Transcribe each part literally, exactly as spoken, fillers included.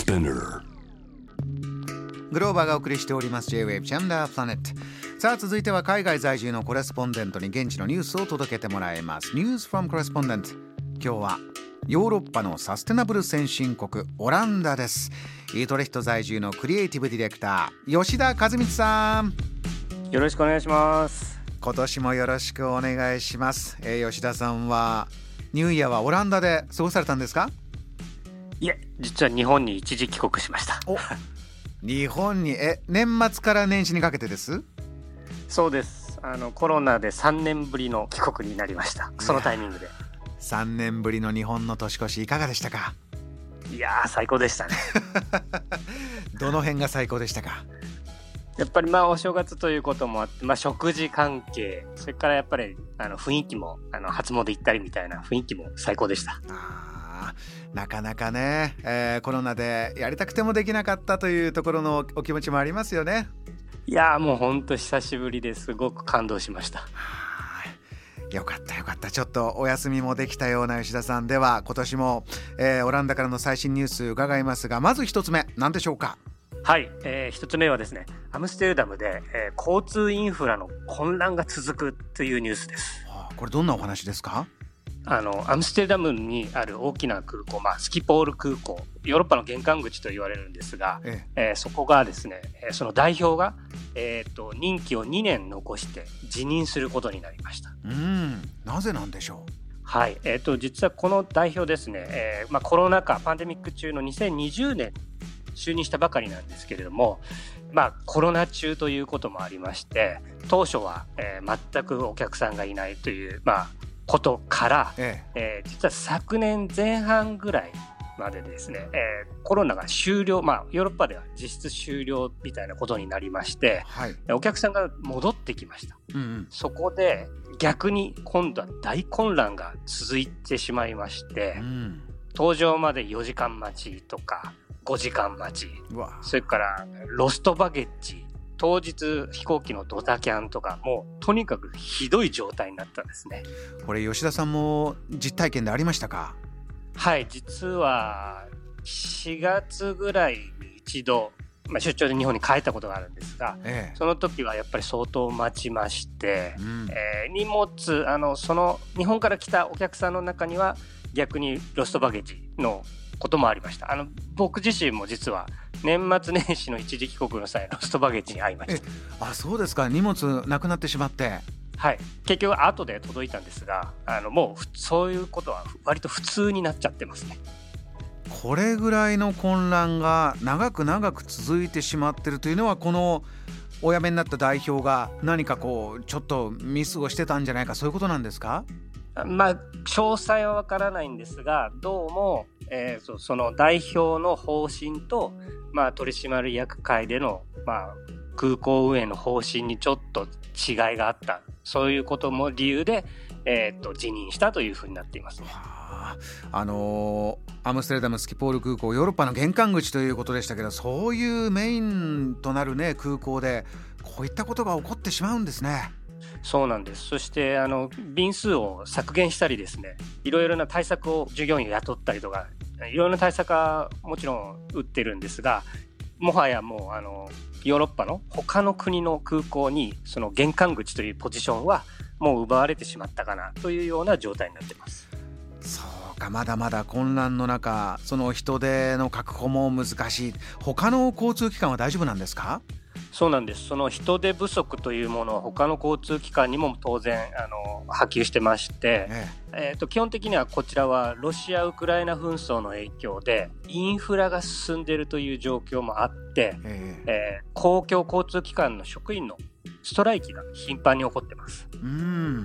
Spinner グローバーがお送りしております J-Wave Chanda Planet。 さあ続いては海外在住のコレスポンデントに現地のニュースを届けてもらいます。 News from Correspondent。 今日はヨーロッパのサステナブル先進国オランダです。イートレヒト在住のクリエイティブディレクター吉田和光さん、 よろしくお願いします。 今年もよろしくお願いします。えー、吉田さんはニューイヤーはオランダで過ごされたんですか？ いえ、実は日本に一時帰国しました。 お日本にえ年末から年始にかけてです？ そうです。あのコロナでさんねんぶりの帰国になりました。そのタイミングでさんねんぶりの日本の年越しいかがでしたか？ いやー最高でしたねどの辺が最高でしたか？ やっぱりまあお正月ということもあって、まあ、食事関係、それからやっぱりあの雰囲気もあの初詣行ったりみたいな雰囲気も最高でした。 あなかなかね、えー、コロナでやりたくてもできなかったというところのお気持ちもありますよね。 いやーもうほんと久しぶりですごく感動しました。 よかったよかった。ちょっとお休みもできたような吉田さんでは今年も、えー、オランダからの最新ニュース伺いますが、まず一つ目何でしょうか？ はい、えー、一つ目はですね、アムステルダムで、えー、交通インフラの混乱が続くというニュースです。 はあ、これどんなお話ですか？ あのアムステルダムにある大きな空港、まあ、スキポール空港、ヨーロッパの玄関口と言われるんですが、えええー、そこがですね、その代表が、えー、と任期をにねん残して辞任することになりました。 うーん、なぜなんでしょう？ はい、えー、と実はこの代表ですね、えーまあ、コロナ禍パンデミック中のにせんにじゅうねんに就任したばかりなんですけれども、まあ、コロナ中ということもありまして、当初は、えー、全くお客さんがいないという、まあ、ことから、えええー、実は昨年前半ぐらいまでですね、えー、コロナが終了、まあ、ヨーロッパでは実質終了みたいなことになりまして、はい、お客さんが戻ってきました。うんうん、そこで逆に今度は大混乱が続いてしまいまして、うん、搭乗までよじかん待ちとかごじかん待ち、それからロストバゲッジ、当日飛行機のドタキャンとか、もうとにかくひどい状態になったんですね。 これ吉田さんも実体験でありましたか？ はい、実はしがつぐらいに一度、まあ、出張で日本に帰ったことがあるんですが、ええ、その時はやっぱり相当待ちまして、うんえー、荷物あのその日本から来たお客さんの中には逆にロストバゲージのこともありました。あの僕自身も実は年末年始の一時帰国の際ロストバゲージに遭いました。 えあそうですか。荷物なくなってしまって。 はい、結局後で届いたんですが、あのもうそういうことは割と普通になっちゃってますね。 これぐらいの混乱が長く長く続いてしまっているというのは、このお辞めになった代表が何かこうちょっとミスをしてたんじゃないか、そういうことなんですか？ まあ詳細はわからないんですが、どうも、えー、そ, その代表の方針と、まあ、取締役会での、まあ、空港運営の方針にちょっと違いがあった、そういうことも理由で、えー、と辞任したというふうになっていますね。 はあ、あのー、アムステルダムスキポール空港、ヨーロッパの玄関口ということでしたけど、そういうメインとなる、ね、空港でこういったことが起こってしまうんですね。 そうなんです。そしてあの便数を削減したりですね、いろいろな対策を従業員を雇ったりとか、いろいろな対策はもちろん打ってるんですが、もはやもうあのヨーロッパの他の国の空港にその玄関口というポジションはもう奪われてしまったかなというような状態になっています。 そうか、まだまだ混乱の中、その人手の確保も難しい。他の交通機関は大丈夫なんですか？ そうなんです。その人手不足というものは他の交通機関にも当然あの波及してまして、えええー、と基本的にはこちらはロシア・ウクライナ紛争の影響でインフラが進んでいるという状況もあって、えええー、公共交通機関の職員のストライキが頻繁に起こってます。うん、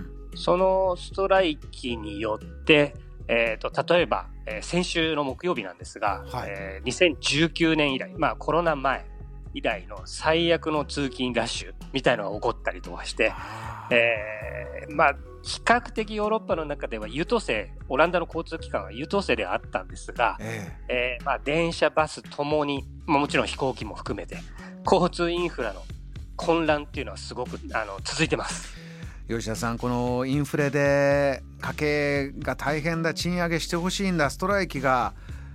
そのストライキによって、えー、と例えば、えー、先週の木曜日なんですが、はいえー、にせんじゅうきゅうねん以来、まあ、コロナ前以来の最悪の通勤ラッシュみたいなのが起こったりとかして、えー、まあ比較的ヨーロッパの中では優等生、オランダの交通機関は優等生ではあったんですが、えーえーまあ、電車バスともに、まあ、もちろん飛行機も含めて交通インフラの混乱っていうのはすごくあの続いてます。 吉田さん、このインフレで家計が大変だ、賃上げしてほしいんだ、ストライキが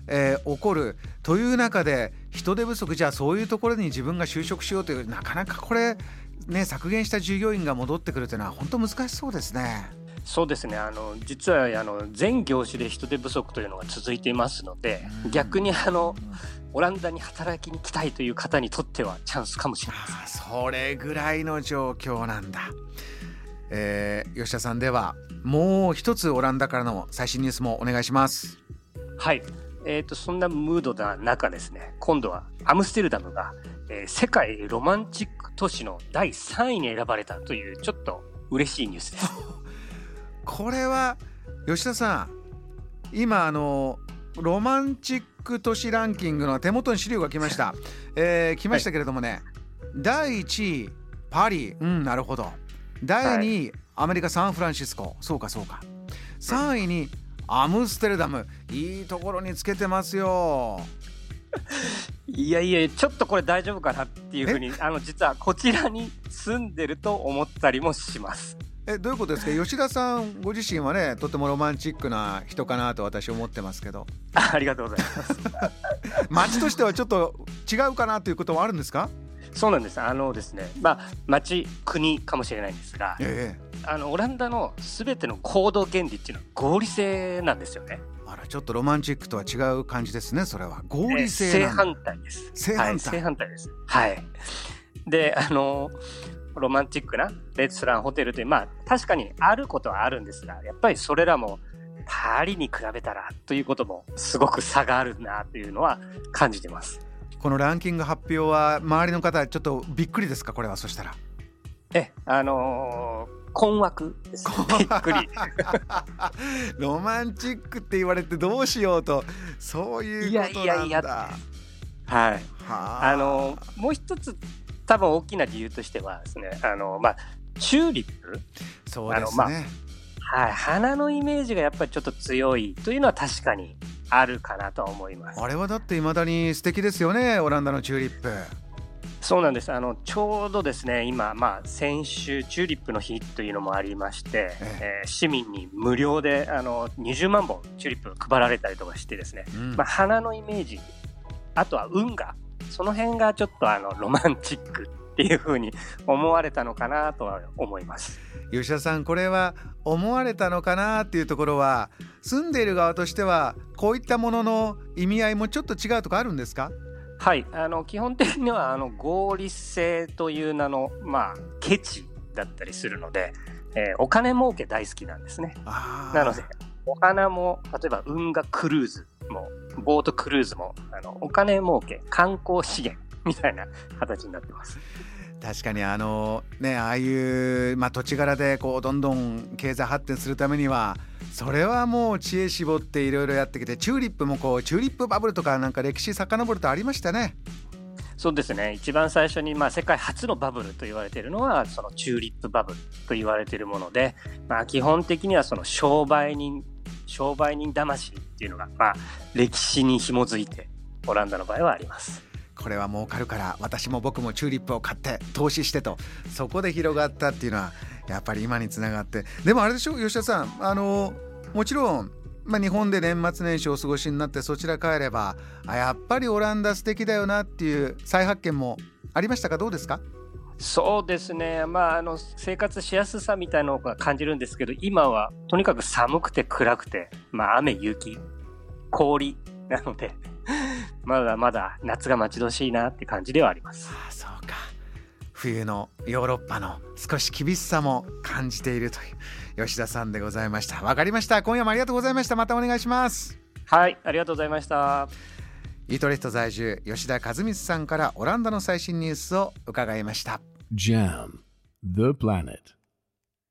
えー、起こるという中で人手不足、じゃあそういうところに自分が就職しようという、なかなかこれね、削減した従業員が戻ってくるというのは本当難しそうですね。 そうですね、あの実はあの全業種で人手不足というのが続いていますので、逆にあのオランダに働きに来たいという方にとってはチャンスかもしれません。 あ、それぐらいの状況なんだ。えー、吉田さん、ではもう一つオランダからの最新ニュースもお願いします。 はい、えーと、そんなムードな中ですね、今度はアムステルダムが、えー、世界ロマンチック都市のだいさんいに選ばれたというちょっと嬉しいニュースですこれは吉田さん、今あのロマンチック都市ランキングの手元に資料が来ました、えー、来ましたけれどもね、はい、だいいちいパリ、うん、なるほど。だいにい、はい、アメリカサンフランシスコ、そうかそうか。さんいにアムステルダム、いいところにつけてますよいやいや、ちょっとこれ大丈夫かなっていうふうに、あの実はこちらに住んでると思ったりもします。 え、どういうことですか？吉田さんご自身はね、とてもロマンチックな人かなと私思ってますけど。 あ, ありがとうございます街としてはちょっと違うかなということはあるんですか？ そうなんです。あのですね、まあ町国かもしれないんですが、ええ、あのオランダのすべての行動原理っていうのは合理性なんですよね。 あら、ちょっとロマンチックとは違う感じですね。それは合理性正反対です。 正反対、はい、 正反対です。はい。で、あのロマンチックなレストランホテルという、まあ確かにあることはあるんですが、やっぱりそれらもパリに比べたらということもすごく差があるなというのは感じてます。 このランキング発表は周りの方ちょっとびっくりですか？これは。そしたらえあのー、困惑です。びっくりロマンチックって言われてどうしようと、そういうことなんだ。いやいやいや、 はい。あのー、もう一つ多分大きな理由としてはですね、あのー、まあチューリップ、 そうですね、 まあはい、花のイメージがやっぱりちょっと強いというのは確かにあるかなと思います。 あれはだって未だに素敵ですよね、オランダのチューリップ。 そうなんです。あのちょうどですね、今、まあ、先週チューリップの日というのもありまして、えええー、市民に無料であのにじゅうまんぼんチューリップが配られたりとかしてですね、うん、まあ、花のイメージ、あとは運河、その辺がちょっとあのロマンチックっていう風に思われたのかなとは思います。 吉田さん、これは思われたのかなっていうところは、住んでいる側としてはこういったものの意味合いもちょっと違うとかあるんですか？はい、あの基本的にはあの合理性という名の、まあ、ケチだったりするので、えー、お金儲け大好きなんですね。なのでお花も、例えば運河クルーズもボートクルーズもあのお金儲け、観光資源みたいな形になってます。 確かにあのね、ああいう、まあ、土地柄でこうどんどん経済発展するためには、それはもう知恵絞っていろいろやってきて、チューリップもこうチューリップバブルとかなんか歴史遡るとありましたね。 そうですね、一番最初に、まあ、世界初のバブルと言われているのはそのチューリップバブルと言われているもので、まあ、基本的にはその商売人商売人魂っていうのが、まあ、歴史に紐づいてオランダの場合はあります。 これは儲かるから私も僕もチューリップを買って投資してと、そこで広がったっていうのはやっぱり今につながって。でもあれでしょ、吉田さん、あのもちろん、まあ、日本で年末年始をお過ごしになってそちら帰れば、あ、やっぱりオランダ素敵だよなっていう再発見もありましたか？どうですか？ そうですね、まあ、あの生活しやすさみたいなのが感じるんですけど、今はとにかく寒くて暗くて、まあ、雨雪氷なのでまだまだ夏が待ち遠しいなって感じではあります。 ああ、そうか。冬のヨーロッパの少し厳しさも感じているという吉田さんでございました。わかりました。今夜もありがとうございました。またお願いします。 はい、ありがとうございました。 イートレヒト在住、吉田和光さんからオランダの最新ニュースを伺いました。 ジャム The Planet